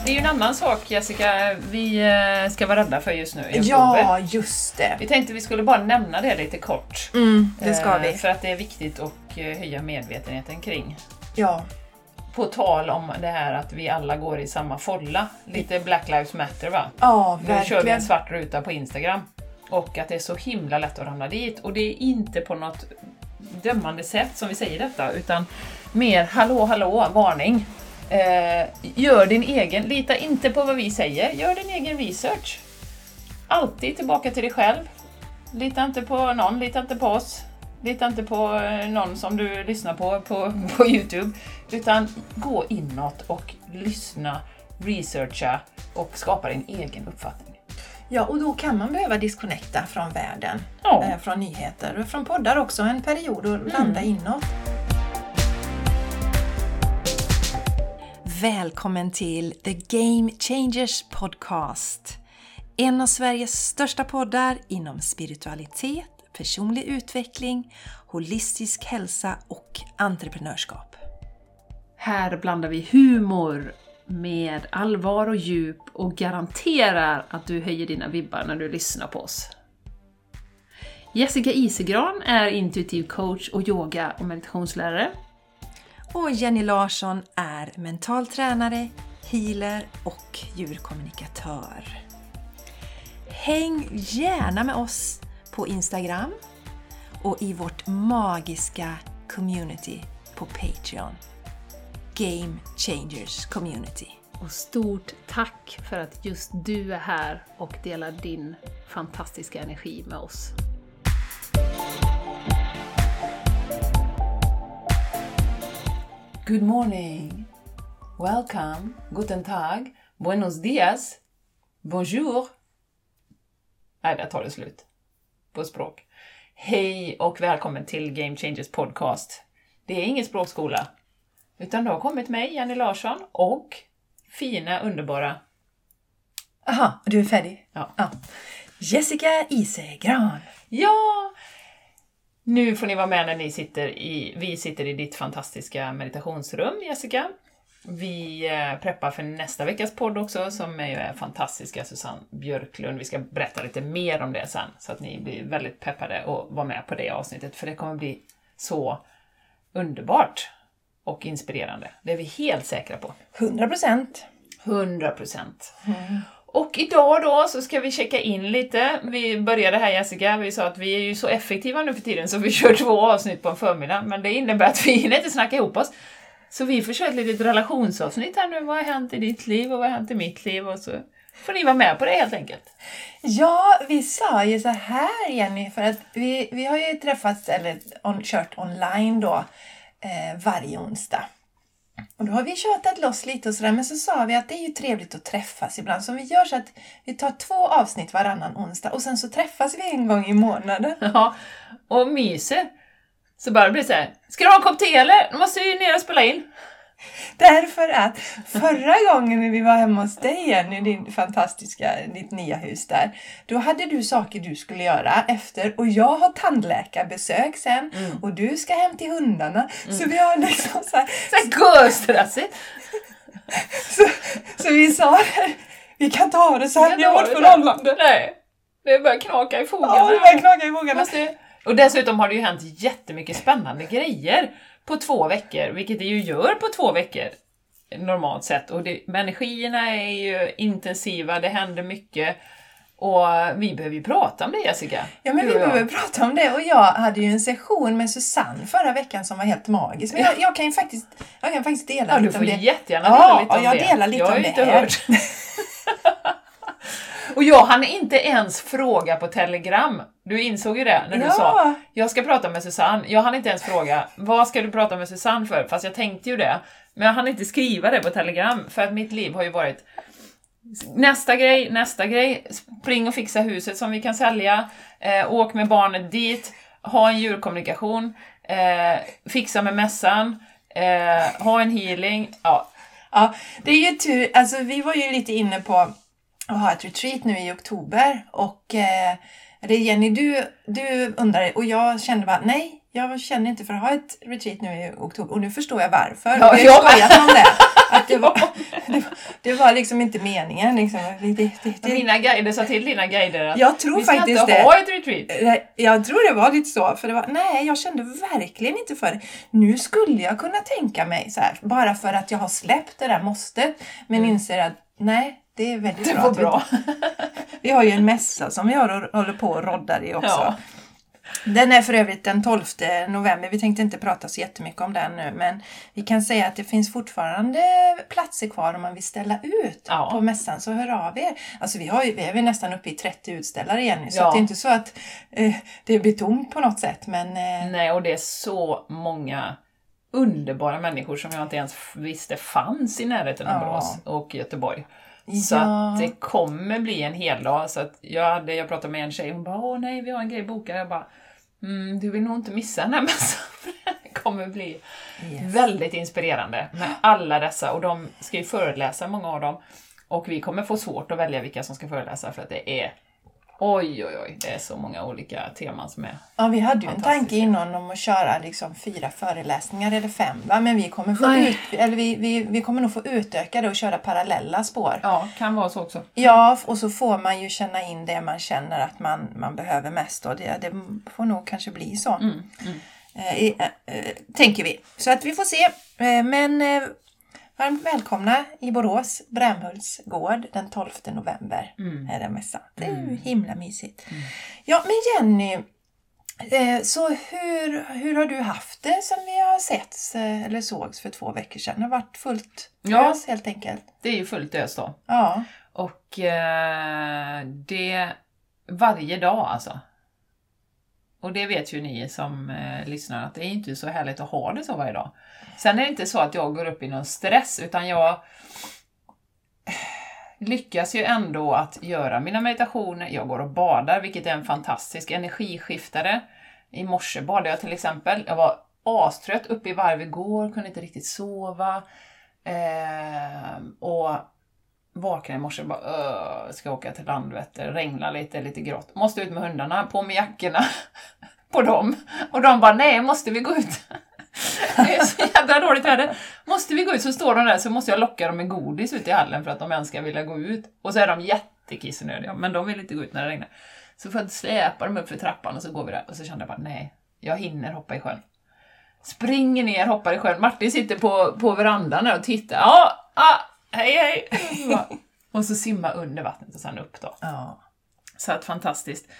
Det är ju en annan sak, Jessica, vi ska vara rädda för just nu i oktober. Ja, just det. Vi tänkte vi skulle bara nämna det lite kort. Det ska vi. För att det är viktigt att höja medvetenheten kring. Ja. På tal om det här att vi alla går i samma folla. Lite Black Lives Matter, va? Ja, Nu verkligen. kör vi en svart ruta på Instagram. Och att det är så himla lätt att ramla dit. Och det är inte på något dömande sätt som vi säger detta. Utan mer hallå, varning. Gör din egen, lita inte på vad vi säger. Gör din egen research. Alltid tillbaka till dig själv. Lita inte på någon, lita inte på oss. Lita inte på någon som du lyssnar på YouTube. Utan gå inåt och lyssna, researcha och skapa din egen uppfattning. Ja, och då kan man behöva disconnecta från världen, från nyheter och från poddar också en period och landa inåt. Välkommen till The Game Changers Podcast. En av Sveriges största poddar inom spiritualitet, personlig utveckling, holistisk hälsa och entreprenörskap. Här blandar vi humor med allvar och djup och garanterar att du höjer dina vibbar när du lyssnar på oss. Jessica Isegran är intuitiv coach och yoga- och meditationslärare. Och Jenny Larsson är mental tränare, healer och djurkommunikatör. Häng gärna med oss på Instagram och i vårt magiska community på Patreon. Game Changers Community. Och stort tack för att just du är här och delar din fantastiska energi med oss. Good morning, welcome, guten tag, buenos dias, bonjour. Nej, där tar det slut på språk. Hej och välkommen till Game Changers Podcast. Det är ingen språkskola, utan det har kommit mig, Jenny Larsson, och fina, underbara... Aha, du är färdig? Ja. Jessica Isegran. Ja! Nu får ni vara med när vi sitter i ditt fantastiska meditationsrum, Jessica. Vi preppar för nästa veckas podd också, som är fantastiska Susanne Björklund. Vi ska berätta lite mer om det sen, så att ni blir väldigt peppade och vara med på det avsnittet. För det kommer bli så underbart och inspirerande. Det är vi helt säkra på. 100%. 100%. Och idag då så ska vi checka in lite. Vi började här, Jessica, vi sa att vi är ju så effektiva nu för tiden så vi kör 2 avsnitt på en förmiddag. Men det innebär att vi hinner inte snacka ihop oss. Så vi får köra ett litet relationsavsnitt här nu. Vad har hänt i ditt liv och vad har hänt i mitt liv? Och så får ni vara med på det helt enkelt. Ja, vi sa ju så här, Jenny, för att vi har ju träffats eller kört online då varje onsdag. Och då har vi tjatat loss lite och sådär, men så sa vi att det är ju trevligt att träffas ibland. Så vi gör så att vi tar 2 avsnitt varannan onsdag och sen så träffas vi en gång i månaden. Ja, och myser. Så bara blir det så här, ska du ha en kopp te eller? Nu måste vi ner och spela in. Därför att förra gången när vi var hemma hos dig igen i ditt nya hus där, då hade du saker du skulle göra efter och jag har tandläkarbesök sen och du ska hem till hundarna. Så vi har liksom så här görstressigt. så vi sa det, vi kan ta det så här i vårt förhållande. Nej, det börjar knaka i fogarna. Ja, det börjar knaka i fogarna. Och dessutom har det ju hänt jättemycket spännande grejer på 2 veckor, vilket det ju gör på 2 veckor normalt sett. Och energierna är ju intensiva, det händer mycket och vi behöver ju prata om det, Jessica. Ja, men vi behöver prata om det och jag hade ju en session med Susanne förra veckan som var helt magisk. Men jag kan faktiskt dela lite om det. Ja, du får jättegärna dela lite om det. Ja, jag delar lite om det. Jag har inte hört. Och jag hann inte ens fråga på Telegram. Du insåg ju det när du sa, jag ska prata med Susanne. Jag hann inte ens fråga, vad ska du prata med Susanne för? Fast jag tänkte ju det. Men jag hann inte skriva det på Telegram. För att mitt liv har ju varit nästa grej. Spring och fixa huset som vi kan sälja. Åk med barnet dit. Ha en djurkommunikation. Fixa med mässan. Ha en healing. Ja, det är ju tur. Alltså vi var ju lite inne på att ha ett retreat nu i oktober och det är Jenny, du undrar och jag kände bara, nej, jag känner inte för att ha ett retreat nu i oktober och nu förstår jag varför. Ja, jag har skojat om det. Att det var liksom inte meningen. Liksom. Mina guider sa till dina guider att jag tror vi ska faktiskt inte ha ett retreat. Jag tror det var lite så. För det var, nej, jag kände verkligen inte för det. Nu skulle jag kunna tänka mig så här. Bara för att jag har släppt det där måstet. Men inser att nej, det är väldigt det bra. Vi har ju en mässa som vi håller på och roddar i också. Ja. Den är för övrigt den 12 november. Vi tänkte inte prata så jättemycket om den nu. Men vi kan säga att det finns fortfarande platser kvar om man vill ställa ut på mässan. Så hör av er. Alltså vi är nästan uppe i 30 utställare igen nu. Så att det är inte så att det blir tomt på något sätt. Men, nej, och det är så många underbara människor som jag inte ens visste fanns i närheten av Borås och Göteborg. Så att det kommer bli en hel dag. Så att jag pratade med en tjej. Hon bara, nej, vi har en grej bokad. Jag bara, du vill nog inte missa den här mässan. Det kommer bli väldigt inspirerande med alla dessa. Och de ska ju föreläsa, många av dem. Och vi kommer få svårt att välja vilka som ska föreläsa. För att det är, oj, det är så många olika teman som är. Ja, vi hade ju en tanke innan om att köra liksom 4 föreläsningar eller 5. Va? Men vi kommer vi kommer nog få utöka det och köra parallella spår. Ja, kan vara så också. Ja, och så får man ju känna in det man känner att man behöver mest. Och det får nog kanske bli så. Tänker vi. Så att vi får se. Men varmt välkomna i Borås, Brämhults gård den 12 november. Är det mässan. Det är ju himla mysigt. Ja, men Jenny, så hur har du haft det sen vi har setts eller sågs för 2 veckor sedan? Det har varit fullt ös helt enkelt. Det är ju fullt ös då. Ja. Och det varje dag alltså. Och det vet ju ni som lyssnar att det är inte så härligt att ha det så varje dag. Sen är det inte så att jag går upp i någon stress, utan jag lyckas ju ändå att göra mina meditationer. Jag går och badar, vilket är en fantastisk energiskiftare. I morse badade jag till exempel. Jag var astrött uppe i varv igår, kunde inte riktigt sova. Och vaknade i morse och bara, ska åka till Landvetter, regna lite grått. Måste ut med hundarna, på med jackorna på dem. Och de bara, nej, måste vi gå ut? Det är så jävla dåligt väder. Måste vi gå ut, så står de där, så måste jag locka dem med godis ut i hallen för att de ens ska vilja gå ut. Och så är de jättekissnödiga, men de vill inte gå ut när det regnar. Så får jag släpa dem upp för trappan och så går vi där. Och så kände jag bara, nej, jag hinner hoppa i sjön. Springer ner, hoppar i sjön. Martin sitter på verandan och tittar. Hej. Och så simma under vattnet och sen upp då. Ja. Så att fantastiskt.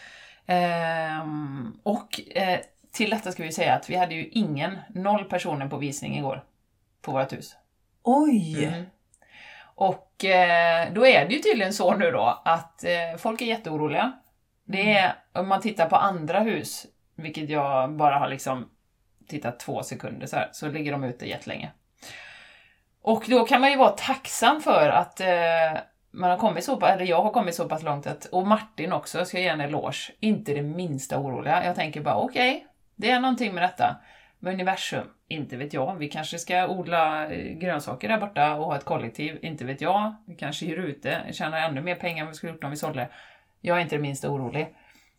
Till detta ska vi säga att vi hade ju 0 personer på visning igår. På vårt hus. Oj! Och då är det ju tydligen så nu då att folk är jätteoroliga. Det är, om man tittar på andra hus, vilket jag bara har liksom tittat 2 sekunder så ligger de ute jättelänge. Och då kan man ju vara tacksam för att man har kommit jag har kommit så pass långt och Martin också, ska ge en eloge, inte det minsta oroliga. Jag tänker bara, okej, det är någonting med detta. Med universum, inte vet jag. Vi kanske ska odla grönsaker där borta och ha ett kollektiv, inte vet jag. Vi kanske hyr ut det, tjänar ännu mer pengar än vi skulle gjort om vi sålde. Jag är inte det minsta orolig.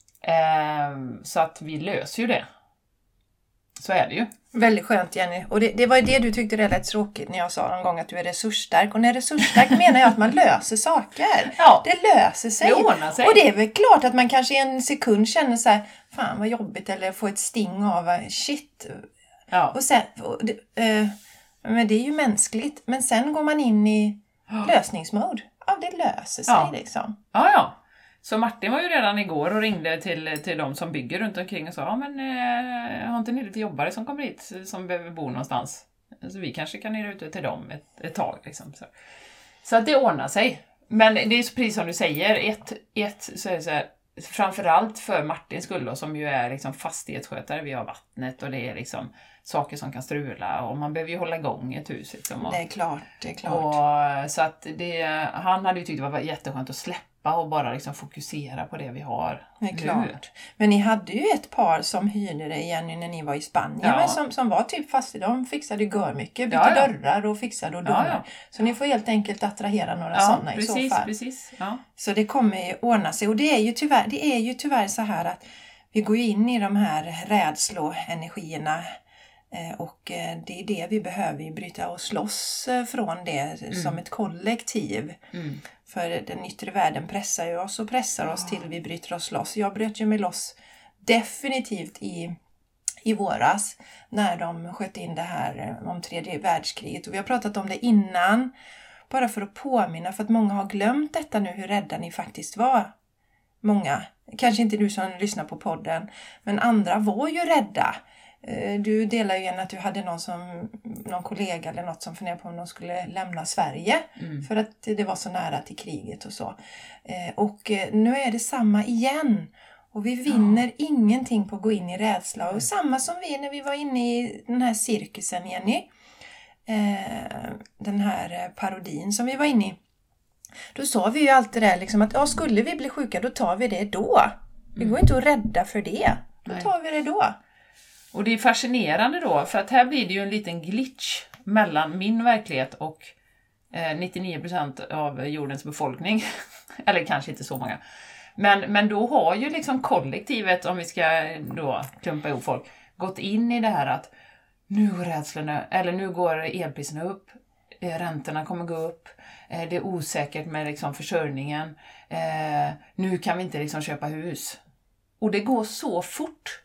Så att vi löser ju det. Så är det ju. Väldigt skönt, Jenny. Och det var det du tyckte det lät tråkigt när jag sa någon gång att du är resursstark. Och när resursstark menar jag att man löser saker. Ja. Det löser sig. Det ordnar sig. Och det är väl klart att man kanske i en sekund känner så här, fan vad jobbigt, eller får ett sting av shit. Ja. Och sen, men det är ju mänskligt. Men sen går man in i lösningsmode. Ja, det löser sig liksom. Ja. Så Martin var ju redan igår och ringde till de som bygger runt omkring och sa, har inte ni lite jobbare som kommer hit som behöver bo någonstans? Så vi kanske kan hyra ut till dem ett tag. Liksom. Så att det ordnar sig. Men det är så precis som du säger, så är det så här, framförallt för Martins skull då, som ju är liksom fastighetsskötare, vi har vattnet och det är liksom saker som kan strula och man behöver ju hålla igång ett hus. Liksom, och, det är klart. Och, så att han hade ju tyckt det var jätteskönt att släppa och bara liksom fokusera på det vi har. Det är klart. Men ni hade ju ett par som hyrde det igen när ni var i Spanien. Men som var typ fast. De fixade gör mycket. Bytte dörrar och fixade och donade. Så ni får helt enkelt attrahera några sådana i så fall. Precis. Ja. Så det kommer ju ordna sig. Och det är ju tyvärr så här att vi går in i de här rädsloenergierna Och det är det vi behöver bryta oss loss från det som ett kollektiv. För den yttre världen pressar ju oss och pressar oss till vi bryter oss loss. Jag bröt ju mig loss definitivt i våras när de sköt in det här om 3:e världskriget. Och vi har pratat om det innan, bara för att påminna, för att många har glömt detta nu, hur rädda ni faktiskt var. Många, kanske inte du som lyssnar på podden, men andra var ju rädda. Du delar ju igen att du hade någon kollega eller något som funderade på om de skulle lämna Sverige. För att det var så nära till kriget och så. Och nu är det samma igen. Och vi vinner ingenting på att gå in i rädsla. Och samma som vi när vi var inne i den här cirkusen, Jenny. Den här parodin som vi var inne i. Då sa vi ju alltid det liksom att skulle vi bli sjuka, då tar vi det då. Vi går inte att rädda för det. Då tar vi det då. Och det är fascinerande då, för att här blir det ju en liten glitch mellan min verklighet och 99% av jordens befolkning. Eller kanske inte så många. Men då har ju liksom kollektivet, om vi ska då klumpa ihop folk, gått in i det här att nu går rädslorna, eller nu går elpriserna upp, räntorna kommer gå upp, det är osäkert med liksom försörjningen, nu kan vi inte liksom köpa hus. Och det går så fort.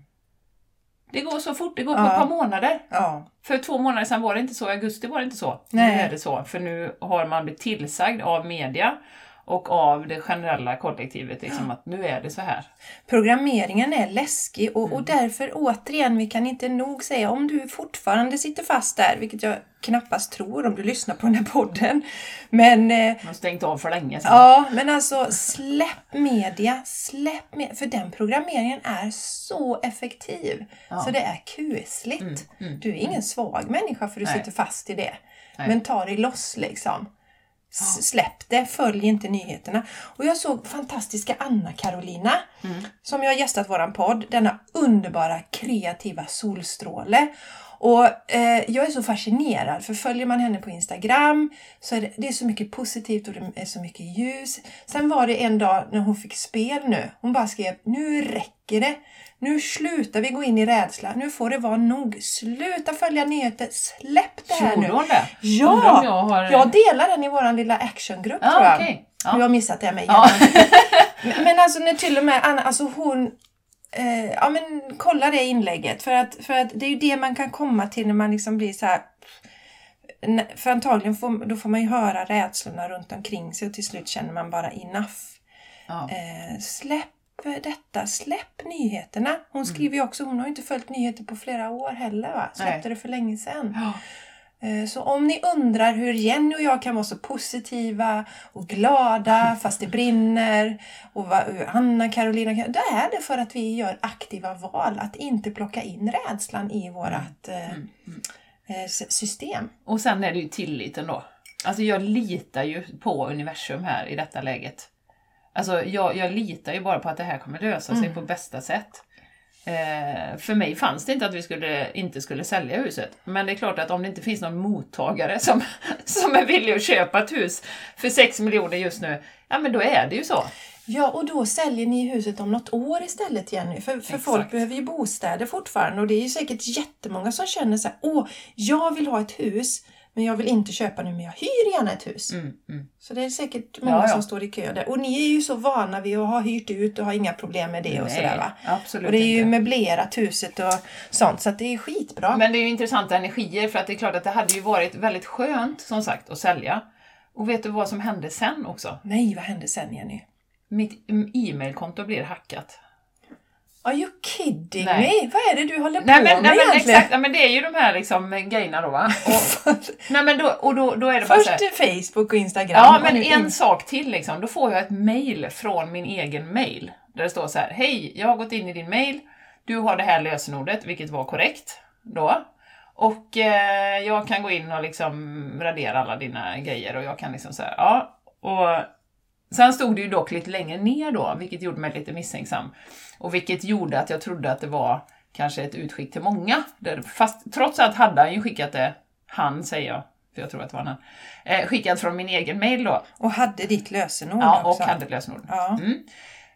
Det går så fort, det går på ett par månader. För 2 månader sedan var det inte så, i augusti var det inte så. Nej. Nu är det så, för nu har man blivit tillsagd av media och av det generella kollektivet liksom, att nu är det så här. Programmeringen är läskig och därför återigen, vi kan inte nog säga, om du fortfarande sitter fast där, vilket jag knappast tror om du lyssnar på den här podden. Men man har stängt av för länge sedan. Ja, men alltså släpp media, för den programmeringen är så effektiv. Så det är kusligt. Du är ingen svag människa för du sitter fast i det. Men ta dig loss liksom. Släpp det, följ inte nyheterna. Och jag såg fantastiska Anna-Carolina som jag har gästat våran podd. Denna underbara kreativa solstråle. Och jag är så fascinerad, för följer man henne på Instagram så är det är så mycket positivt och det är så mycket ljus. Sen var det en dag när hon fick spel nu. Hon bara skrev, nu räcker det. Nu slutar vi gå in i rädsla. Nu får det vara nog. Sluta följa nyheter. Släpp det här nu. Ja, jag delar den i våran lilla actiongrupp tror jag. Okay. Du har missat det med. Men alltså när till och med Anna, alltså hon... men kolla det inlägget. För att det är ju det man kan komma till när man liksom blir så här... För antagligen då får man ju höra rädslorna runt omkring sig och till slut känner man bara enough. Släpp detta, släpp nyheterna. Hon skriver ju också, hon har ju inte följt nyheter på flera år heller va? Släppte det för länge sedan. Så om ni undrar hur Jenny och jag kan vara så positiva och glada fast det brinner och hur Anna-Carolina kan, då är det för att vi gör aktiva val att inte plocka in rädslan i vårat system. Och sen är det ju tilliten då. Alltså jag litar ju på universum här i detta läget. Alltså jag litar ju bara på att det här kommer lösa sig på bästa sätt. För mig fanns det inte att vi inte skulle sälja huset. Men det är klart att om det inte finns någon mottagare som är villig att köpa ett hus för 6 miljoner just nu, ja men då är det ju så. Ja, och då säljer ni huset om något år istället, Jenny. För folk behöver ju bostäder fortfarande. Och det är ju säkert jättemånga som känner så här, jag vill ha ett hus. Men jag vill inte köpa nu, men jag hyr gärna ett hus. Så det är säkert många som står i kö där. Och ni är ju så vana vid att ha hyrt ut och har inga problem med det och sådär va? Absolut. Och det är ju möblerat huset och sånt, så att det är skitbra. Men det är ju intressanta energier, för att det är klart att det hade ju varit väldigt skönt som sagt att sälja. Och vet du vad som hände sen också? Nej, vad hände sen, Jenny? Mitt e-mailkonto blir hackat. Are you kidding me? Vad är det du håller på med egentligen? Exakt, men det är ju de här liksom grejerna då va? Och, då är det bara först så här, Facebook och Instagram. Ja, men en sak till liksom. Då får jag ett mail från min egen mail. Där det står så här, hej, jag har gått in i din mail. Du har det här lösenordet, vilket var korrekt då. Och jag kan gå in och liksom radera alla dina grejer. Och jag kan liksom så här, ja. Och sen stod det ju dock lite längre ner då, vilket gjorde mig lite misstänksam. Och vilket gjorde att jag trodde att det var kanske ett utskick till många. Fast trots att hade han ju skickat det, han säger jag, för jag tror att det var han, skickat från min egen mail då. Och hade ditt lösenord också. Ja, också. och hade ett lösenord. Ja.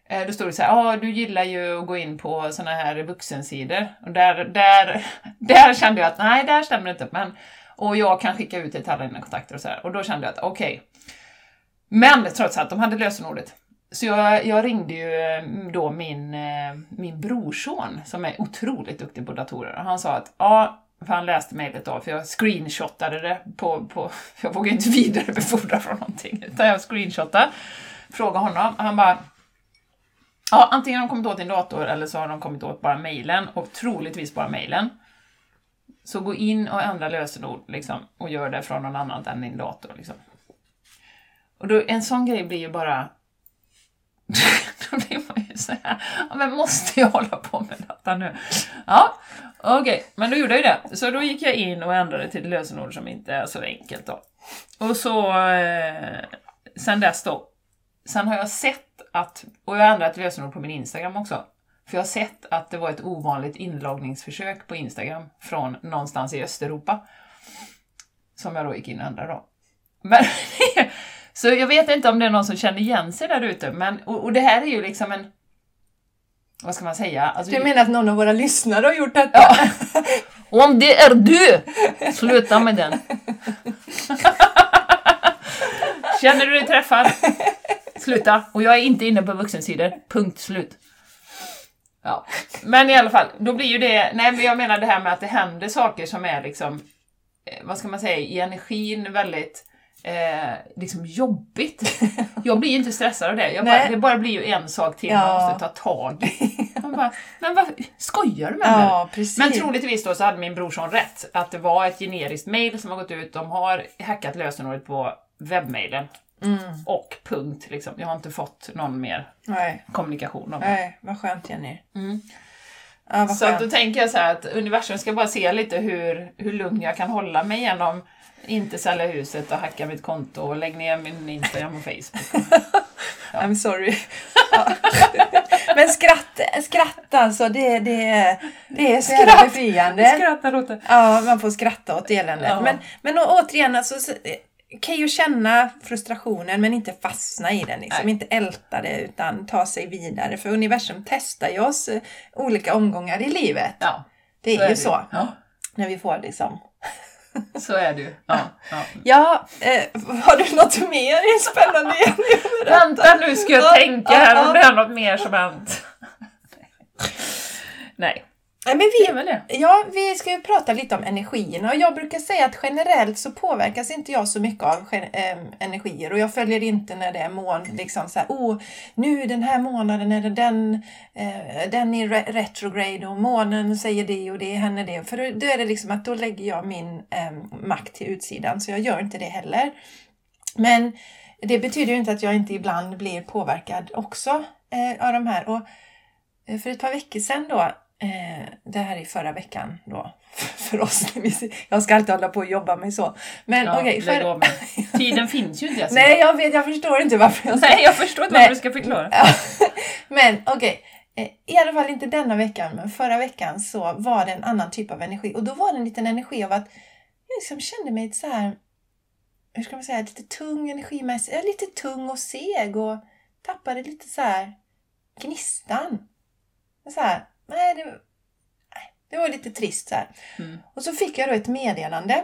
Då stod det så här, du gillar ju att gå in på såna här vuxensidor. Och där kände jag att nej, där stämmer det inte. Och jag kan skicka ut det till alla dina kontakter och så här. Och då kände jag att okej. Men trots att de hade lösenordet. Så jag ringde ju då min brorson som är otroligt duktig på datorer. Och han sa att för han läste mejlet då, för jag screenshotade det för jag vågade inte vidarebefordra från någonting. Utan jag screenshotade, frågade honom. Han bara, antingen har de kommit åt din dator eller så har de kommit åt bara mejlen. Och troligtvis bara mejlen. Så gå in och ändra lösenord liksom, och gör det från någon annan än din dator. Liksom. Och då, en sån grej blir ju bara... då blir man ju så här, men måste jag hålla på med detta nu? Ja, okej. Men då gjorde jag det. Så då gick jag in och ändrade till ett lösenord som inte är så enkelt då. Och så sen dess då. Sen har jag sett och jag har ändrat lösenord på min Instagram också. För jag har sett att det var ett ovanligt inloggningsförsök på Instagram från någonstans i Östeuropa. Som jag då gick in och ändrade då. Men så jag vet inte om det är någon som känner igen sig där ute. Men, och det här är ju liksom en... Vad ska man säga? Alltså, du menar att någon av våra lyssnare har gjort detta? Ja. Om det är du, sluta med den. Känner du dig träffad? Sluta. Och jag är inte inne på vuxensidor. Punkt slut. Ja. Men i alla fall, då blir ju det... Nej, men jag menar det här med att det händer saker som är liksom... Vad ska man säga? I energin väldigt... liksom jobbigt. Jag blir ju inte stressad av det. Det bara blir ju en sak till man måste ta tag i. Man bara, men vad skojar du med mig? Precis. Men troligtvis då så hade min brorson rätt. Att det var ett generiskt mejl som har gått ut. De har hackat lösenordet på webbmailen. Och punkt liksom. Jag har inte fått någon mer kommunikation om det. Nej, vad skönt Jenny. Vad så då tänker jag så här att universum ska bara se lite hur lugn jag kan hålla mig genom inte sälja huset och hacka mitt konto och lägga ner min Instagram och Facebook. I'm sorry. Men skratta alltså, det är så jävla befriande. Skratta åt det. Ja, man får skratta åt eländet. Ja. Men återigen, alltså, kan ju känna frustrationen men inte fastna i den. Liksom. Inte älta det utan ta sig vidare. För universum testar ju oss olika omgångar i livet. Ja, det är ju så. Ja. När vi får liksom... Så är det ju. Har du något mer spännande? Vänta, nu ska jag tänka här om det är något mer som hänt. Nej. Men vi ska ju prata lite om energierna. Och jag brukar säga att generellt så påverkas inte jag så mycket av energier. Och jag följer inte när det är liksom så här, nu den här månaden är det den är retrograde och månen säger det och det är henne det. För då är det liksom att då lägger jag min makt till utsidan. Så jag gör inte det heller. Men det betyder ju inte att jag inte ibland blir påverkad också av de här. Och för ett par veckor sedan då, det här är förra veckan då för oss. Jag ska alltid hålla på och jobba mig så. Men tiden finns ju inte. Nej, jag förstår inte varför jag förstår inte varför du ska förklara. Men i alla fall inte denna veckan, men förra veckan så var det en annan typ av energi. Och då var det en liten energi av att jag liksom kände mig så här, hur ska man säga, lite tung energimässigt. Lite tung och seg och tappade lite så här gnistan. Så här, det var lite trist så här. Och så fick jag då ett meddelande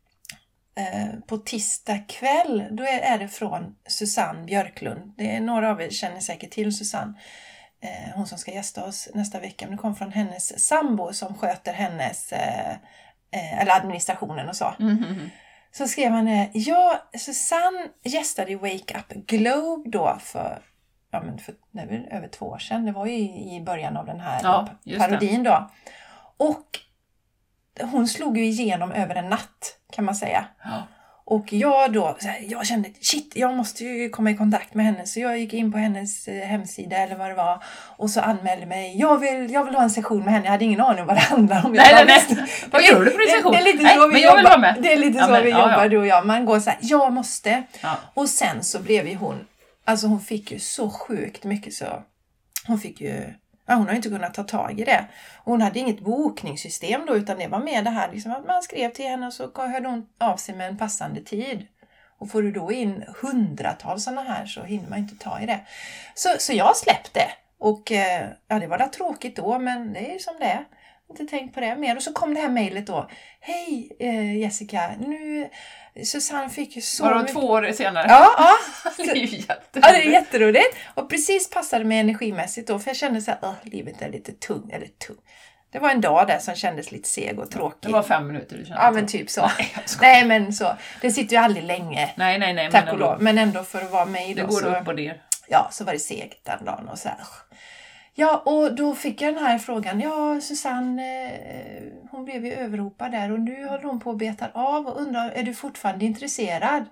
på tisdag kväll. Då är det från Susanne Björklund. Det är några av er känner säkert till Susanne. Hon som ska gästa oss nästa vecka. Men det kom från hennes sambo som sköter hennes eller administrationen och så. Så skrev han, Susanne gästade i Wake Up Globe då för det är väl över 2 år sedan. Det var ju i början av den här parodin då. Och hon slog ju igenom över en natt kan man säga. Ja. Och jag kände, jag måste ju komma i kontakt med henne. Så jag gick in på hennes hemsida eller vad det var. Och så anmälde mig, jag vill ha en session med henne. Jag hade ingen aning om vad det handlar om. Nej. Vad gör du på din session? Det är lite så vi jobbar. Det är lite så vi jobbar du och jag. Man går så här, jag måste. Ja. Och sen så blev ju hon, alltså hon fick ju så sjukt mycket så. Hon fick ju, hon har inte kunnat ta tag i det. Och hon hade inget bokningssystem då, utan det var med det här liksom att man skrev till henne och så hörde hon av sig med en passande tid. Och får du då in hundratals sådana här så hinner man inte ta i det. Så jag släppte. Och ja, det var da tråkigt då, men det är som det är. Inte tänkt på det mer. Och så kom det här mejlet då. Hej Jessica, nu Susanne fick ju så var det 2 år senare? Ja. Det är ju jätteroligt. Ja, det är jätteroligt. Och precis passade mig energimässigt då. För jag kände så här, livet är lite tung. Det var en dag där som kändes lite seg och tråkig. Det var 5 minuter du kände. Ja, men typ så. Nej, men så. Det sitter ju aldrig länge. Nej. Tack och lov. Men ändå för att vara mig då. Det går så, upp och ner. Ja, så var det segt den dagen och så här. Ja, och då fick jag den här frågan. Ja, Susanne, hon blev ju överropad där. Och nu håller hon på att beta av och undrar, är du fortfarande intresserad?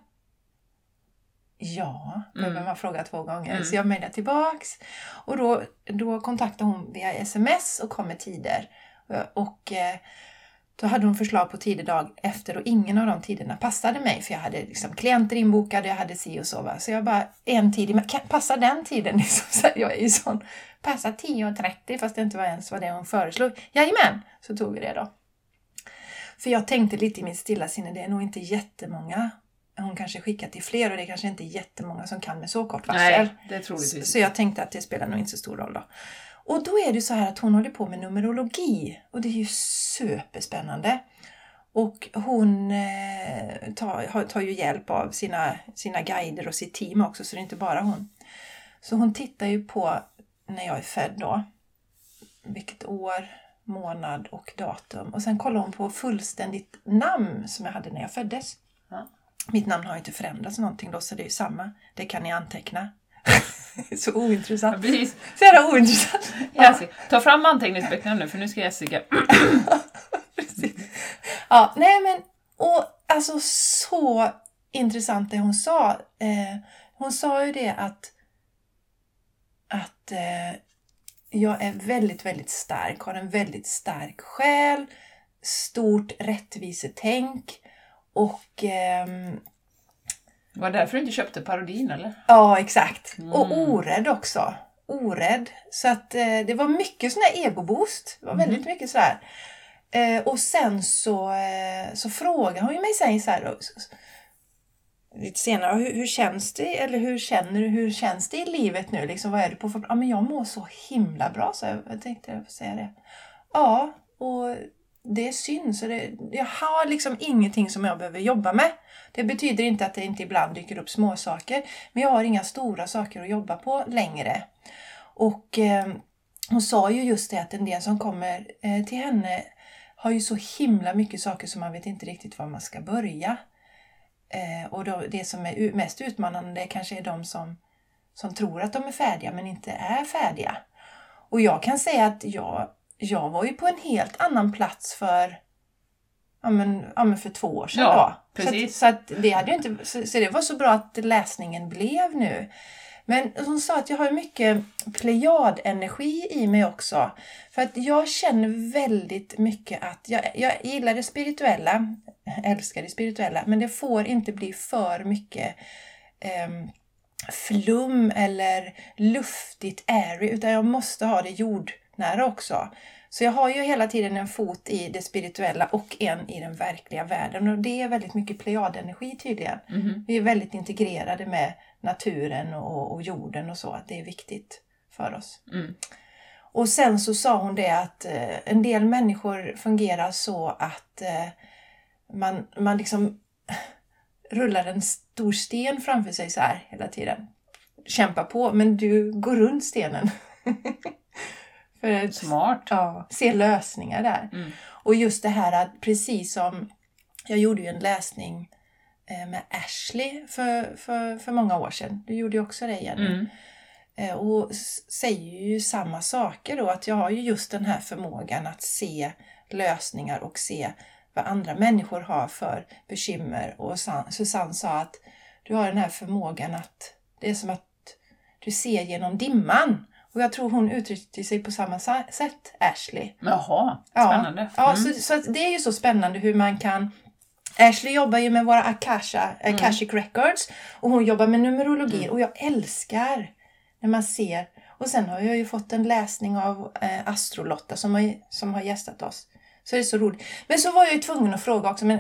Ja, behöver man fråga 2 gånger. Så jag mejlade tillbaks. Och då kontaktade hon via sms och kom med tider. Och då hade hon förslag på tider dag efter. Och ingen av de tiderna passade mig. För jag hade liksom klienter inbokade, jag hade si och så. Va? Så jag bara, en tid, passar den tiden? Liksom, så jag är ju sån, passar 10:30 fast det inte var ens vad det hon föreslog. Jajamän, så tog vi det då. För jag tänkte lite i min stilla sinne, det är nog inte jättemånga. Hon kanske skickar till fler och det är kanske inte jättemånga som kan med så kort varsel. Nej, det tror jag. Så jag tänkte att det spelar nog inte så stor roll då. Och då är det så här att hon håller på med numerologi. Och det är ju superspännande. Och hon tar ju hjälp av sina guider och sitt team också. Så det är inte bara hon. Så hon tittar ju på när jag är född då. Vilket år, månad och datum. Och sen kollar hon på fullständigt namn som jag hade när jag föddes. Ja. Mitt namn har ju inte förändrats någonting då, så det är ju samma. Det kan ni anteckna. Så ointressant. Ja, precis. Så är det ointressant. Ja. Ta fram anteckningsböckerna nu, för nu ska Jessica... Ja, nej men, och alltså så intressant det hon sa. Hon sa ju det att jag är väldigt, väldigt stark. Har en väldigt stark själ. Stort rättvisetänk. Och... Var det därför du inte köpte parodin, eller? Ja, exakt. Och orädd också. Orädd. Så att det var mycket sån här egoboost. Det var väldigt mycket så här. Och sen så frågade hon ju mig sen så här lite senare, hur känns det? Eller hur känns det i livet nu? Liksom, vad är det på för... Ja, men jag mår så himla bra, så jag tänkte jag får säga det. Ja, och det syns. Jag har liksom ingenting som jag behöver jobba med. Det betyder inte att det inte ibland dyker upp små saker. Men jag har inga stora saker att jobba på längre. Och hon sa ju just det att en del som kommer till henne har ju så himla mycket saker som man vet inte riktigt var man ska börja. Och då, det som är mest utmanande kanske är de som tror att de är färdiga men inte är färdiga. Och jag kan säga att jag var ju på en helt annan plats för 2 år sedan. Ja, precis. Så att det hade ju inte, så det var så bra att läsningen blev nu. Men hon sa att jag har mycket plejadenergi i mig också. För att jag känner väldigt mycket att jag gillar det spirituella. Älskar det spirituella. Men det får inte bli för mycket flum eller luftigt airy. Utan jag måste ha det jordnära också. Så jag har ju hela tiden en fot i det spirituella och en i den verkliga världen. Och det är väldigt mycket plejadenergi tydligen. Mm-hmm. Vi är väldigt integrerade med naturen och jorden och så. Att det är viktigt för oss. Mm. Och sen så sa hon det att en del människor fungerar så att man liksom rullar en stor sten framför sig så här hela tiden. Kämpa på, men du går runt stenen. Smart. Ja, se lösningar där. Mm. Och just det här att precis som jag gjorde ju en läsning med Ashley för många år sedan. Du gjorde ju också det igen. Och säger ju samma saker då. Att jag har ju just den här förmågan att se lösningar och se vad andra människor har för bekymmer. Och Susanne sa att du har den här förmågan att det är som att du ser genom dimman. Och jag tror hon uttryckte sig på samma sätt, Ashley. Jaha, spännande. Ja, så det är ju så spännande hur man kan... Ashley jobbar ju med våra Akashic Records. Och hon jobbar med numerologi. Och jag älskar när man ser... Och sen har jag ju fått en läsning av Astrolotta som har gästat oss. Så det är så roligt. Men så var jag ju tvungen att fråga också. Men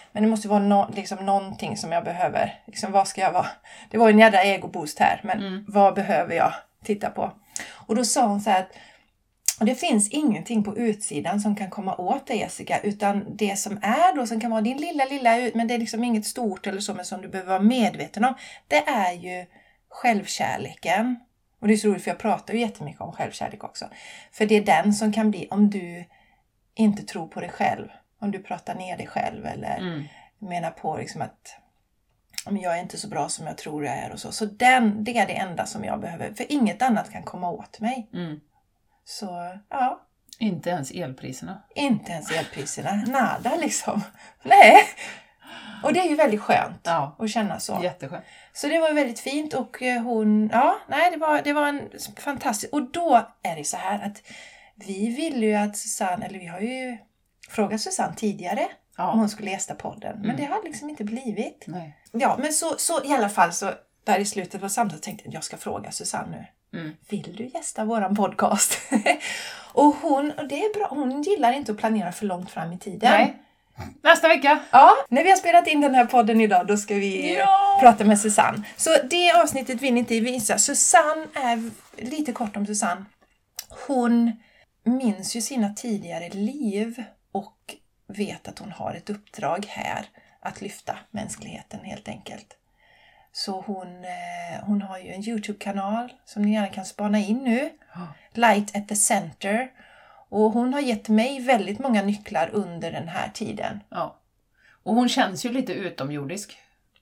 Men det måste vara liksom någonting som jag behöver. Liksom, vad ska jag vara? Det var en jävla egoboost här. Men vad behöver jag titta på? Och då sa hon så här att det finns ingenting på utsidan som kan komma åt dig, Jessica. Utan det som är då, som kan vara din lilla, men det är liksom inget stort eller så, men som du behöver vara medveten om. Det är ju självkärleken. Och det är så roligt för jag pratar ju jättemycket om självkärlek också. För det är den som kan bli om du inte tror på dig själv. Om du pratar ner dig själv eller menar på liksom att jag är inte så bra som jag tror jag är och så. Så det är det enda som jag behöver. För inget annat kan komma åt mig. Så ja. Inte ens elpriserna. Inte ens elpriserna. Nada liksom. Nej. Och det är ju väldigt skönt att känna så. Jätteskönt. Så det var väldigt fint och det var en fantastisk. Och då är det så här att vi ville ju att Susanne, eller vi har ju frågat Susanne tidigare om hon skulle gästa podden. Men det har liksom inte blivit. Nej. Ja, men så i alla fall så där i slutet av samtalet tänkte jag att jag ska fråga Susanne nu. Vill du gästa våran podcast? och det är bra, hon gillar inte att planera för långt fram i tiden. Nej. Nästa vecka. Ja, när vi har spelat in den här podden idag då ska vi prata med Susanne. Så det avsnittet vill inte visa. Susanne är, lite kort om Susanne. Hon minns ju sina tidigare liv och vet att hon har ett uppdrag här att lyfta mänskligheten helt enkelt. Så hon har ju en YouTube-kanal som ni gärna kan spana in nu. Light at the Center. Och hon har gett mig väldigt många nycklar under den här tiden. Ja. Och hon känns ju lite utomjordisk.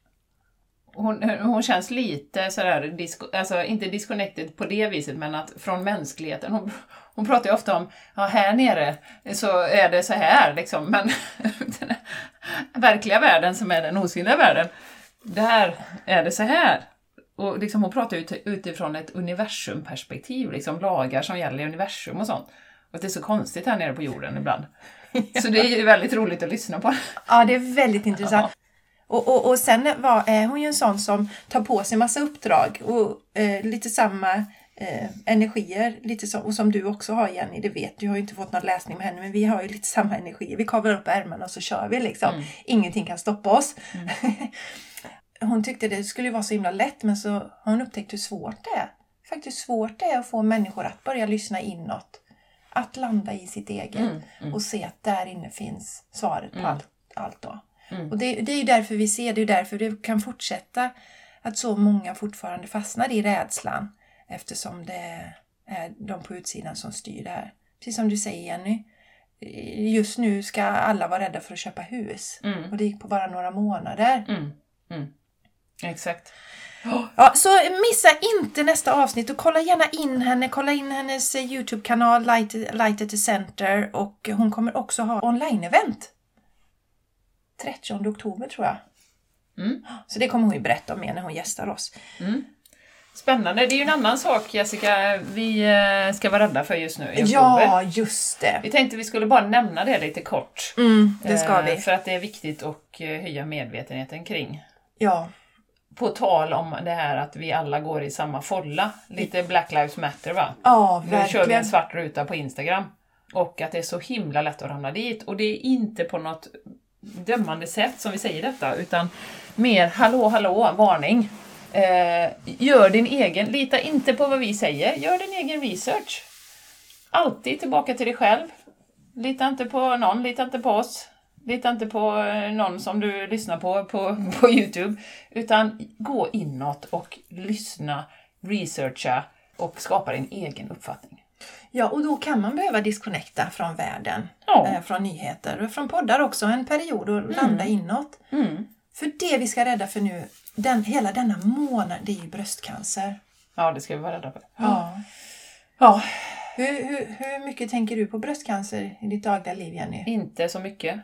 Hon känns lite sådär, alltså inte disconnected på det viset, men att från mänskligheten. Hon pratar ju ofta om, här nere så är det så här liksom. Men den verkliga världen som är den osynliga världen, där är det så här. Och liksom hon pratar utifrån ett universumperspektiv, liksom lagar som gäller i universum och sånt. Och det är så konstigt här nere på jorden ibland. Så det är ju väldigt roligt att lyssna på. Ja, det är väldigt intressant. Och sen är hon ju en sån som tar på sig massa uppdrag. Och lite samma energier. Lite som du också har, Jenny. Det vet du har ju inte fått någon läsning med henne. Men vi har ju lite samma energier. Vi kavlar upp ärmarna och så kör vi liksom. Ingenting kan stoppa oss. Hon tyckte det skulle vara så himla lätt. Men så har hon upptäckt hur svårt det är. Faktiskt svårt det är att få människor att börja lyssna inåt. Att landa i sitt eget och se att där inne finns svaret på allt då. Och det är ju därför vi ser, det är därför det kan fortsätta att så många fortfarande fastnar i rädslan. Eftersom det är de på utsidan som styr det här. Precis som du säger, Jenny. Just nu ska alla vara rädda för att köpa hus. Och det gick på bara några månader. Exakt. Ja, så missa inte nästa avsnitt och kolla gärna in henne. Kolla in hennes YouTube-kanal Light at the Center. Och hon kommer också ha online-event 30 oktober tror jag. Så det kommer hon ju berätta om mer när hon gästar oss. Spännande. Det är ju en annan sak, Jessica, vi ska vara rädda för just nu i oktober. Ja, just det. Vi tänkte vi skulle bara nämna det lite kort. Det ska vi. För att det är viktigt att höja medvetenheten kring. Ja. På tal om det här att vi alla går i samma folla. Lite Black Lives Matter, va? Ja, verkligen. Nu kör vi en svart ruta på Instagram. Och att det är så himla lätt att ramla dit. Och det är inte på något dömande sätt som vi säger detta. Utan mer hallå, varning. Gör din egen, lita inte på vad vi säger. Gör din egen research. Alltid tillbaka till dig själv. Lita inte på någon, lita inte på oss. Lita inte på någon som du lyssnar på YouTube. Utan gå inåt och lyssna, researcha och skapa din egen uppfattning. Ja, och då kan man behöva disconnecta från världen. Från nyheter och från poddar också en period och landa inåt. För det vi ska rädda för nu, hela denna månad, det är ju bröstcancer. Ja, det ska vi vara rädda för. Ja. Hur mycket tänker du på bröstcancer i ditt dagliga liv, Jenny? Inte så mycket.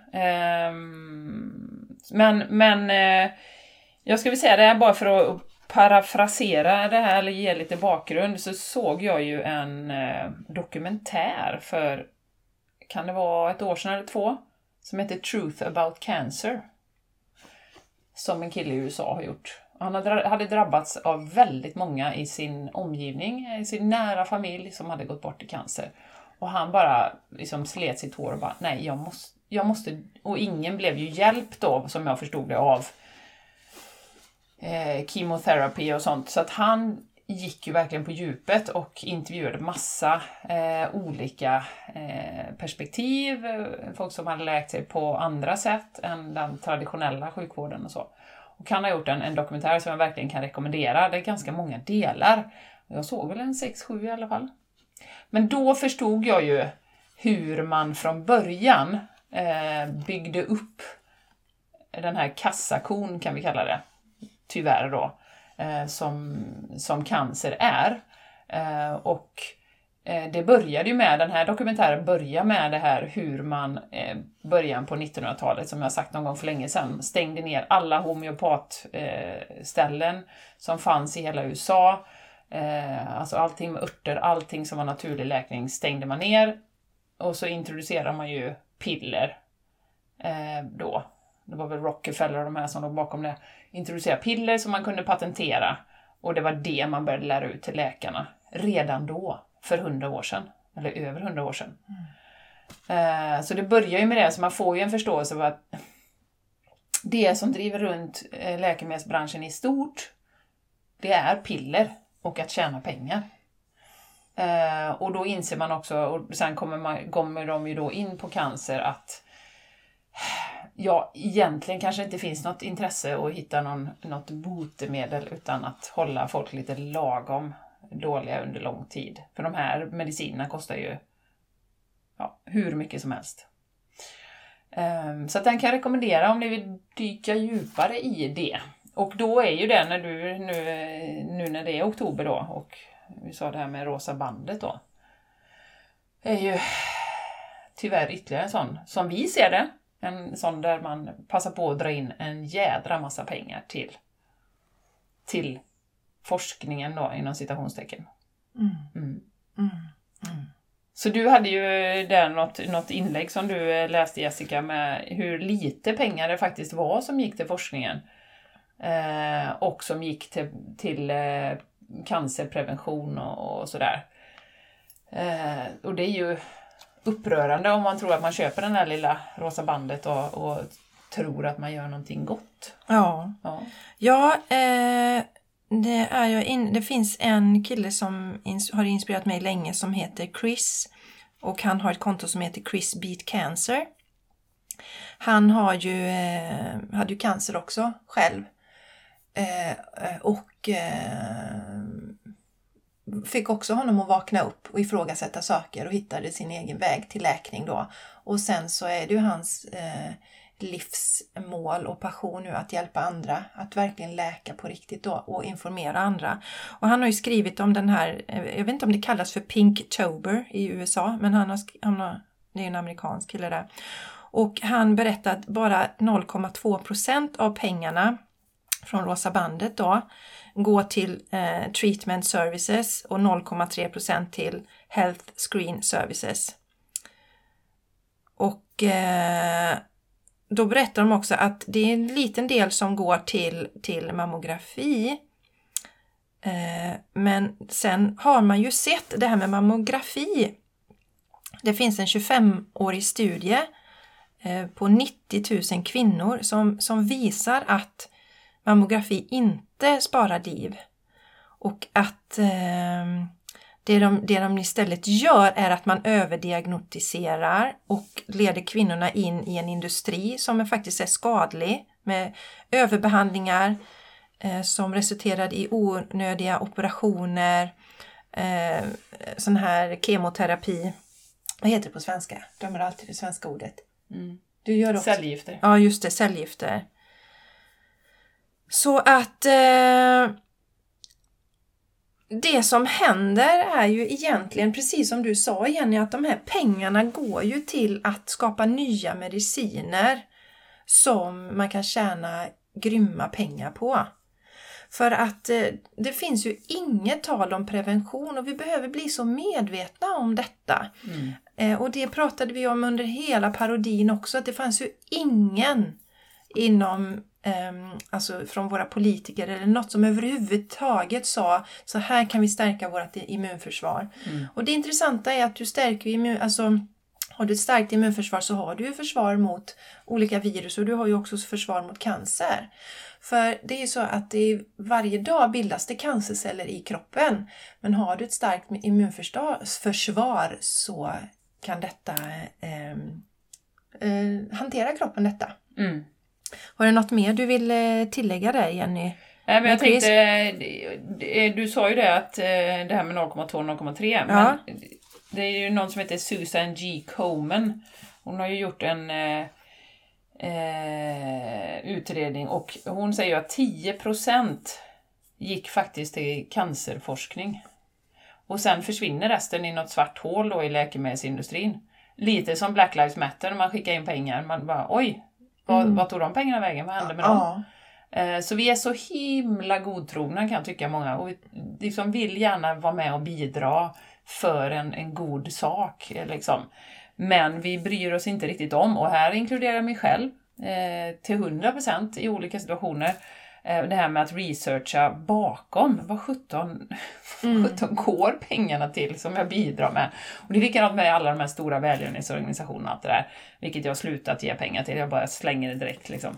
Men jag ska väl säga det här bara för att parafrasera det här eller ge lite bakgrund, så såg jag ju en dokumentär för, kan det vara ett år sedan eller 2, som heter Truth About Cancer. Som en kille i USA har gjort. Han hade drabbats av väldigt många i sin omgivning, i sin nära familj som hade gått bort i cancer. Och han bara liksom slet sitt hår och bara, nej, och ingen blev ju hjälpt då, som jag förstod det, av chemoterapi och sånt. Så att han gick ju verkligen på djupet och intervjuade massa olika perspektiv. Folk som hade läkt sig på andra sätt än den traditionella sjukvården och så. Och han har gjort en dokumentär som jag verkligen kan rekommendera. Det är ganska många delar. Jag såg väl en 6-7 i alla fall. Men då förstod jag ju hur man från början byggde upp den här kassakon, kan vi kalla det. Tyvärr då. Som cancer är. Och det började ju med, den här dokumentären börjar med det här hur man början på 1900-talet, som jag sagt någon gång för länge sedan, stängde ner alla homeopatställen som fanns i hela USA. Alltså allting med örter, allting som var naturlig läkning stängde man ner. Och så introducerar man ju piller då. Det var väl Rockefeller och de här som låg bakom det. Introducera piller som man kunde patentera. Och det var det man började lära ut till läkarna. Redan då, för 100 år sedan. Eller över 100 år sedan. Så det börjar ju med det. Så man får ju en förståelse av att det som driver runt läkemedelsbranschen i stort, det är piller och att tjäna pengar. Och då inser man också, och sen kommer de ju då in på cancer, att egentligen kanske inte finns något intresse att hitta något botemedel, utan att hålla folk lite lagom dåliga under lång tid. För de här medicinerna kostar ju hur mycket som helst. Så att den kan jag rekommendera om ni vill dyka djupare i det. Och då är ju det, när du nu när det är oktober då, och vi sa det här med rosa bandet då, är ju tyvärr ytterligare en sån, som vi ser det, en sån där man passar på att dra in en jädra massa pengar till forskningen då, inom citationstecken. Så du hade ju där något inlägg som du läste, Jessica, med hur lite pengar det faktiskt var som gick till forskningen. Och som gick till cancerprevention och sådär. Och det är ju upprörande om man tror att man köper den här lilla rosa bandet och tror att man gör någonting gott. Det finns en kille som har inspirerat mig länge som heter Chris. Och han har ett konto som heter Chris Beat Cancer. Han hade ju cancer också själv. Och fick också honom att vakna upp och ifrågasätta saker och hittade sin egen väg till läkning då. Och sen så är det ju hans livsmål och passion nu att hjälpa andra, att verkligen läka på riktigt då och informera andra. Och han har ju skrivit om den här, jag vet inte om det kallas för Pinktober i USA, men det är en amerikansk kille där. Och han berättar att bara 0,2% av pengarna från rosa bandet då går till treatment services och 0,3% till health screen services. Och då berättar de också att det är en liten del som går till mammografi. Men sen har man ju sett det här med mammografi. Det finns en 25-årig studie på 90 000 kvinnor som visar att mammografi inte sparar liv. Och att det de istället gör är att man överdiagnostiserar och leder kvinnorna in i en industri som faktiskt är skadlig, med överbehandlingar som resulterar i onödiga operationer, sån här kemoterapi. Vad heter det på svenska? Jag glömmer alltid det svenska ordet. Du gör också. Cellgifter. Ja, just det, cellgifter. Så att det som händer är ju egentligen, precis som du sa Jenny, att de här pengarna går ju till att skapa nya mediciner som man kan tjäna grymma pengar på. För att det finns ju inget tal om prevention och vi behöver bli så medvetna om detta. Och det pratade vi om under hela parodin också, att det fanns ju ingen inom alltså från våra politiker eller något som överhuvudtaget sa så här kan vi stärka vårt immunförsvar. Och det intressanta är att du stärker Har du ett starkt immunförsvar så har du ju försvar mot olika virus och du har ju också försvar mot cancer. För det är ju så att varje dag bildas det cancerceller i kroppen. Men har du ett starkt immunförsvar så kan detta hantera kroppen detta. Mm. Har du något mer du vill tillägga där, Jenny? Nej, men jag tänkte, du sa ju det att det här med 0,2-0,3, men det är ju någon som heter Susan G. Komen. Hon har ju gjort en utredning och hon säger att 10% gick faktiskt till cancerforskning. Och sen försvinner resten i något svart hål då i läkemedelsindustrin. Lite som Black Lives Matter när man skickar in pengar. Man bara, oj, vad tog de pengarna vägen? Vad hände med dem? Så vi är så himla godtrogna kan jag tycka många. Och vi liksom vill gärna vara med och bidra för en god sak. Liksom. Men vi bryr oss inte riktigt om. Och här inkluderar jag mig själv till 100% i olika situationer. Det här med att researcha bakom vad 17 går pengarna till som jag bidrar med. Och det är likadant med alla de här stora välgörenhetsorganisationerna och allt det där. Vilket jag har slutat ge pengar till. Jag bara slänger det direkt liksom.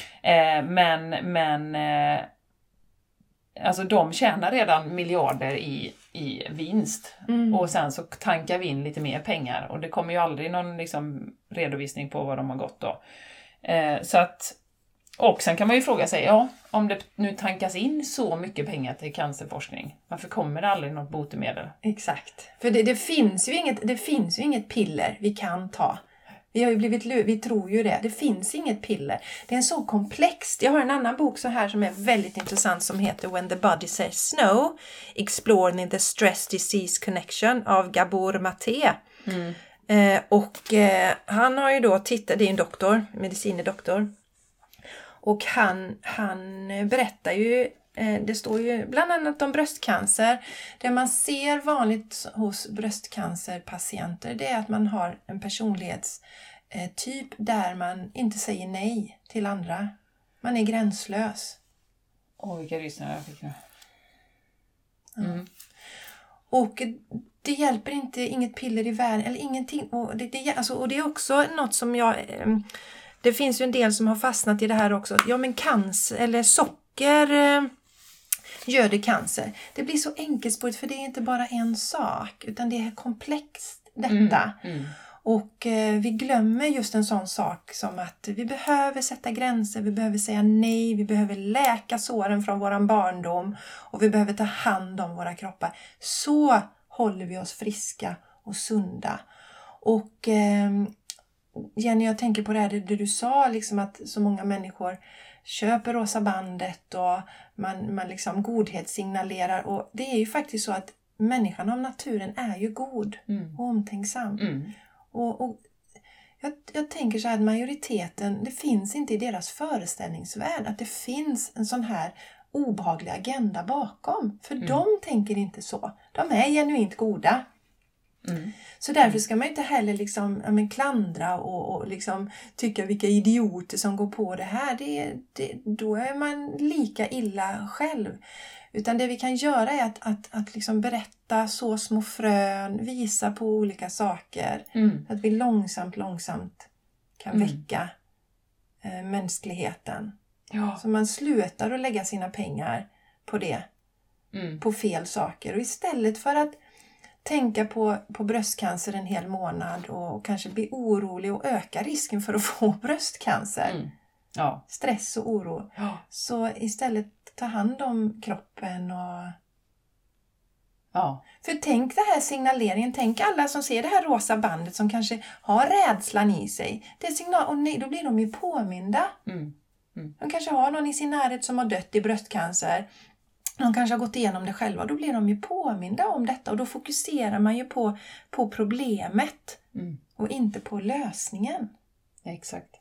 Men alltså de tjänar redan miljarder i vinst. Och sen så tankar vi in lite mer pengar. Och det kommer ju aldrig någon liksom redovisning på vad de har gått då. Så att, och sen kan man ju fråga sig, om det nu tankas in så mycket pengar till cancerforskning, varför kommer det aldrig något botemedel? Exakt. För det finns ju inget piller vi kan ta. Vi har ju vi tror ju det. Det finns inget piller. Det är så komplext. Jag har en annan bok så här som är väldigt intressant som heter When the Body Says No, Exploring the Stress Disease Connection av Gabor Maté. Han har ju då tittat, det är en doktor, medicinedoktor. Och han berättar ju, det står ju bland annat om bröstcancer. Det man ser vanligt hos bröstcancerpatienter det är att man har en personlighetstyp där man inte säger nej till andra. Man är gränslös. Vilka rysningar jag fick nu. Och det hjälper inget piller i världen eller ingenting. Och det är också något som det finns ju en del som har fastnat i det här också. Ja, men cancer eller socker gör det cancer. Det blir så enkelspårigt för det är inte bara en sak utan det är komplext detta. Och vi glömmer just en sån sak som att vi behöver sätta gränser, vi behöver säga nej, vi behöver läka såren från våran barndom och vi behöver ta hand om våra kroppar. Så håller vi oss friska och sunda. Och Jenny, jag tänker på det här det du sa, liksom att så många människor köper rosa bandet och man liksom godhetssignalerar. Och det är ju faktiskt så att människan av naturen är ju god och omtänksam. Och jag tänker så här att majoriteten, det finns inte i deras föreställningsvärld att det finns en sån här obehaglig agenda bakom. För de tänker inte så. De är genuint goda. Så därför ska man inte heller liksom, klandra och liksom tycka vilka idioter som går på det här. Då är man lika illa själv. Utan det vi kan göra är att liksom berätta så små frön, visa på olika saker. Att vi långsamt kan väcka mänskligheten. Ja. Så man slutar att lägga sina pengar på det. På fel saker. Och istället för att tänka på bröstcancer en hel månad och kanske bli orolig och öka risken för att få bröstcancer. Stress och oro. Så istället ta hand om kroppen och... För tänk det här signaleringen. Tänk alla som ser det här rosa bandet som kanske har rädslan i sig. Det är signal, och nej, då blir de ju påminda. De kanske har någon i sin närhet som har dött i bröstcancer. De kanske har gått igenom det själva. Då blir de ju påminda om detta. Och då fokuserar man ju på problemet. Och inte på lösningen. Exakt.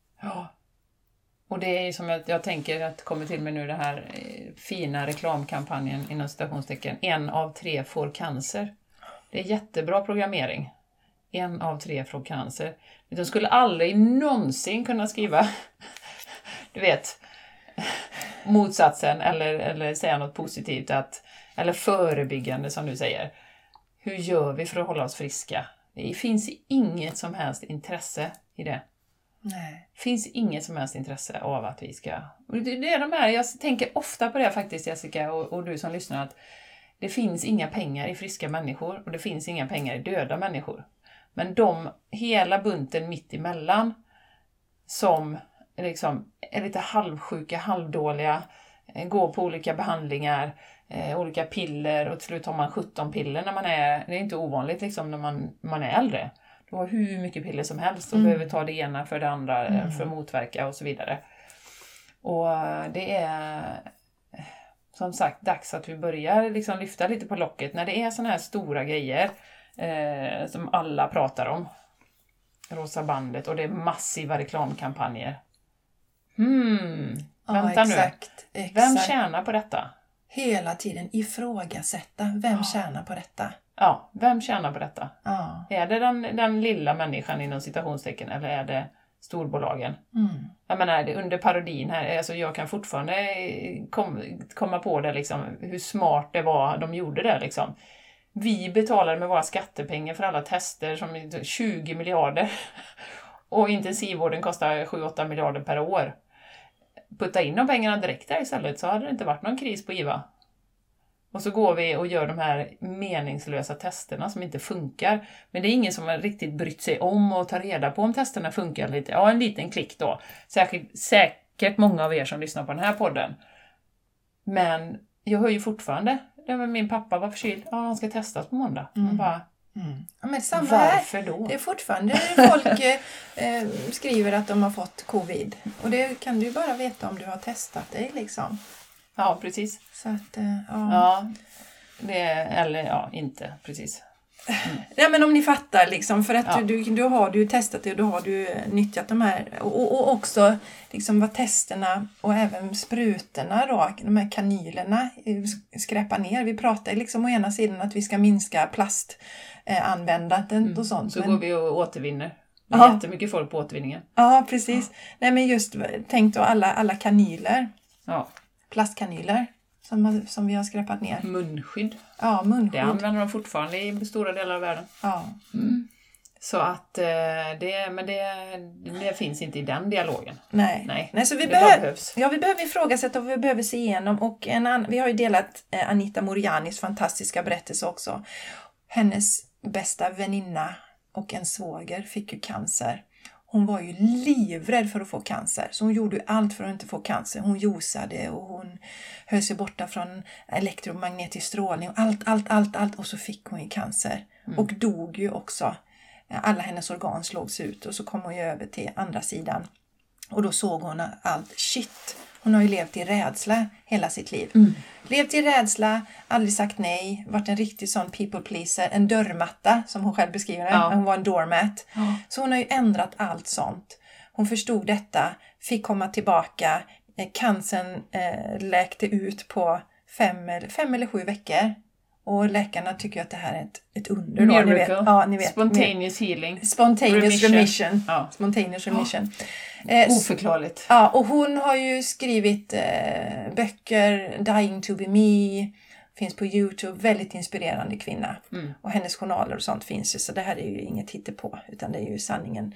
Och det är som jag tänker att kommer till mig nu det här fina reklamkampanjen inom citationstecken. 1 av 3 får cancer. Det är jättebra programmering. 1 av 3 får cancer. De skulle aldrig någonsin kunna skriva du vet motsatsen eller säga något positivt eller förebyggande som du säger. Hur gör vi för att hålla oss friska? Det finns inget som helst intresse i det. Nej. Finns inget som helst intresse av att vi ska... Det är de här, jag tänker ofta på det faktiskt, Jessica, och du som lyssnar, att det finns inga pengar i friska människor och det finns inga pengar i döda människor. Men hela bunten mitt emellan som liksom är lite halvsjuka, halvdåliga, går på olika behandlingar, olika piller, och till slut har man 17 piller när det är inte ovanligt liksom när man är äldre. Du har hur mycket piller som helst och behöver ta det ena för det andra för att motverka och så vidare. Och det är som sagt dags att vi börjar liksom lyfta lite på locket när det är såna här stora grejer som alla pratar om. Rosa bandet och det är massiva reklamkampanjer. Vänta exakt. nu. Vem tjänar på detta? Hela tiden ifrågasätta. Vem tjänar på detta? Ja, vem tjänar på detta? Ja. Är det den lilla människan inom citationstecken eller är det storbolagen? Jag menar, under parodin här, alltså jag kan fortfarande komma på det liksom, hur smart det var de gjorde det liksom. Vi betalade med våra skattepengar för alla tester som 20 miljarder och intensivvården kostar 7-8 miljarder per år. Putta in de pengarna direkt där istället så hade det inte varit någon kris på IVA. Och så går vi och gör de här meningslösa testerna som inte funkar. Men det är ingen som har riktigt brytt sig om och tar reda på om testerna funkar lite. Ja, en liten klick då. Säkert många av er som lyssnar på den här podden. Men jag hör ju fortfarande, min pappa var förkyld. Ja, han ska testas på måndag. Bara, Ja, men samma varför då? Det är fortfarande folk skriver att de har fått covid. Och det kan du ju bara veta om du har testat dig liksom. Ja, precis. Så att, Ja, inte precis. Ja, men om ni fattar liksom, för att du har ju testat det och då har du nyttjat de här och också liksom vad testerna och även sprutorna då, de här kanylerna skräpar ner. Vi pratar liksom å ena sidan att vi ska minska plastanvändandet och sånt. Så går vi och återvinner. Det är jättemycket folk på återvinningen. Ja, precis. Nej, men just tänk då alla kanyler. Ja. Plastkanyler som vi har skräpat ner. Munskydd. Ja, munskydd. Det använder de fortfarande i stora delar av världen. Ja. Så att det finns inte i den dialogen. Nej, så vi behöver ifrågasätta och vi behöver se igenom. Och vi har ju delat Anita Morianis fantastiska berättelse också. Hennes bästa väninna och en svåger fick ju cancer. Hon var ju livrädd för att få cancer. Så hon gjorde allt för att inte få cancer. Hon josade och hon höll sig borta från elektromagnetisk strålning. Och allt. Och så fick hon ju cancer. Och dog ju också. Alla hennes organ slogs ut. Och så kom hon ju över till andra sidan. Och då såg hon allt. Shit, hon har ju levt i rädsla hela sitt liv. Levt i rädsla, aldrig sagt nej. Varit en riktig sån people pleaser. En dörrmatta som hon själv beskriver det. Hon var en doormat. Så hon har ju ändrat allt sånt. Hon förstod detta. Fick komma tillbaka. Cancern läkte ut på 5 eller 7 veckor. Och läkarna tycker att det här är ett under. Miracle. Ni vet. Spontaneous healing. Spontaneous remission. Ja. Spontaneous remission. Oförklarligt. Ja, och hon har ju skrivit böcker, Dying to be me, finns på YouTube, väldigt inspirerande kvinna. Och hennes journaler och sånt finns ju, så det här är ju inget hittepå, utan det är ju sanningen.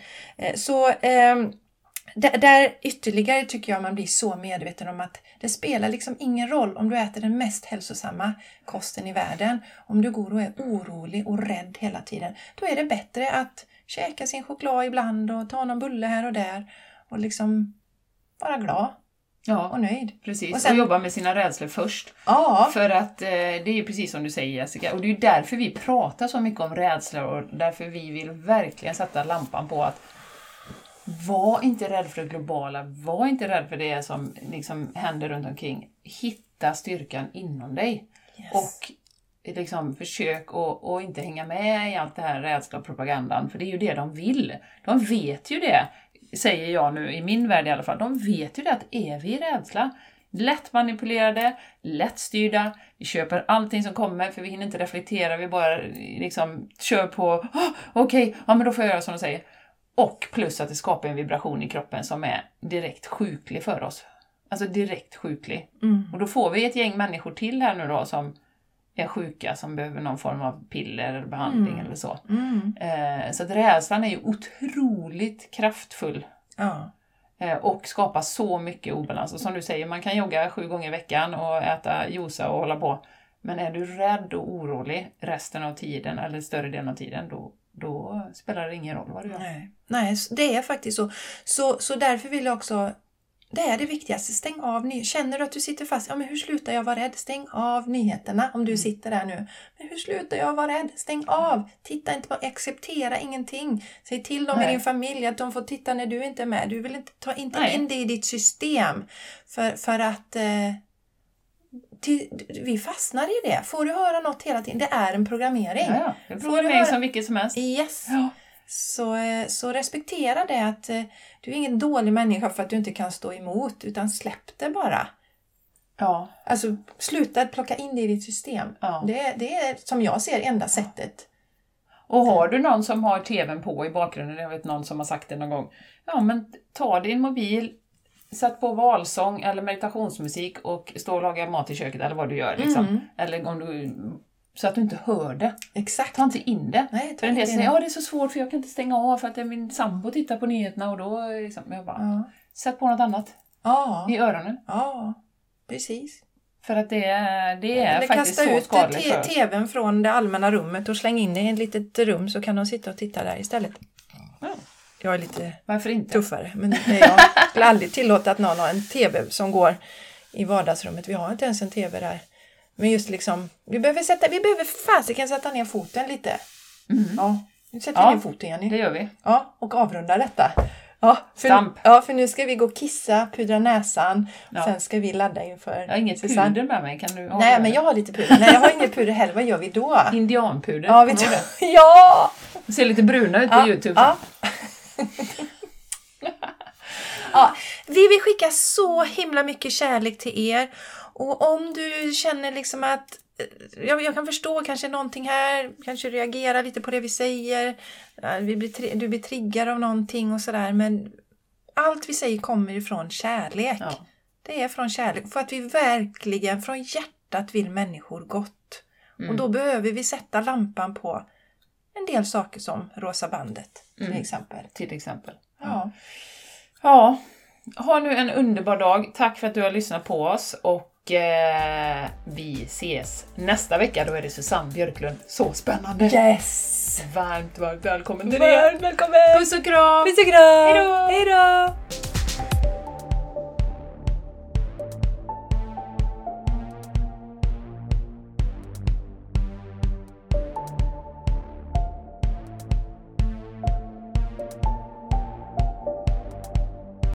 Där ytterligare tycker jag man blir så medveten om att det spelar liksom ingen roll om du äter den mest hälsosamma kosten i världen. Om du går och är orolig och rädd hela tiden, då är det bättre att käka sin choklad ibland och ta någon bulle här och där och liksom vara glad och nöjd. Precis, och sen jobba med sina rädslor först. Ja. För att det är ju precis som du säger, Jessica, och det är ju därför vi pratar så mycket om rädslor och därför vi vill verkligen sätta lampan på att var inte rädd för det globala, var inte rädd för det som liksom händer runt omkring. Hitta styrkan inom dig. Yes. Och liksom försök att inte hänga med i allt det här rädsla och propagandan. För det är ju det de vill. De vet ju det, säger jag nu i min värld i alla fall. De vet ju det att är vi i rädsla, lätt manipulerade, lätt styrda. Vi köper allting som kommer för vi hinner inte reflektera. Vi bara liksom kör på, okej, men då får jag göra som de säger. Och plus att det skapar en vibration i kroppen som är direkt sjuklig för oss. Alltså direkt sjuklig. Och då får vi ett gäng människor till här nu då som är sjuka som behöver någon form av piller eller behandling eller så. Så att rädslan är ju otroligt kraftfull. Ja. Och skapar så mycket obalans. Och som du säger, man kan jogga 7 gånger i veckan och äta juica och hålla på. Men är du rädd och orolig resten av tiden eller större delen av tiden, då spelar det ingen roll vad du gör. Nej, det är faktiskt så. Så därför vill jag också, det är det viktigaste, stäng av känner du att du sitter fast, men hur slutar jag vara rädd? Stäng av nyheterna om du sitter där nu. Men hur slutar jag vara rädd? Stäng av, titta inte på, acceptera ingenting. Säg till dem i din familj att de får titta när du inte är med. Du vill inte ta in det i ditt system för att vi fastnar i det. Får du höra något hela tiden? Det är en programmering. Ja, det är programmering som vilket som helst. Yes. Ja. Så respektera det att du är ingen dålig människa för att du inte kan stå emot, utan släpp det bara. Ja. Alltså sluta plocka in det i ditt system. Ja. Det är som jag ser enda sättet. Och har du någon som har tvn på i bakgrunden, jag vet någon som har sagt det någon gång. Ja, men ta din mobil, sätt på valsång eller meditationsmusik och stå och laga mat i köket eller vad du gör liksom. Eller om du, så att du inte hör det. Exakt. Ta inte in det. Nej, för en del säger, det är så svårt för jag kan inte stänga av för att min sambo tittar på nyheterna och då liksom, jag bara, sätt på något annat i öronen. Ja, precis. För att det är faktiskt så skadligt för oss. Kasta ut tvn från det allmänna rummet och släng in det i ett litet rum så kan de sitta och titta där istället. Ja. Jag är lite Varför inte? tuffare. Men jag skulle aldrig tillåta att någon har en tv som går i vardagsrummet. Vi har inte ens en tv där. Men just liksom, vi behöver fasiken sätta ner foten lite. Ja, nu sätter vi ner foten, Jenny. Det gör vi. Ja, och avrunda detta. Ja, för nu ska vi gå och kissa, pudra näsan. Ja. Sen ska vi ladda inför... Jag har inget puder med mig, kan du ha? Nej, men jag har lite puder. Nej, jag har inget puder heller. Vad gör vi då? Indianpuder. Ja, ja! Det ser lite bruna ut på YouTube. Ja. Ja, vi vill skicka så himla mycket kärlek till er. Och om du känner liksom att jag kan förstå kanske någonting här, kanske reagera lite på det vi säger, du blir triggad av någonting och sådär, men allt vi säger kommer ifrån kärlek. Ja. Det är från kärlek, för att vi verkligen från hjärtat vill människor gott. Och då behöver vi sätta lampan på en del saker som rosa bandet till exempel. Ja. Ha nu en underbar dag. Tack för att du har lyssnat på oss och vi ses nästa vecka. Då är det Susanne Björklund. Så spännande. Yes! Varmt välkommen till er. Välkommen. Puss och kram. Hej då.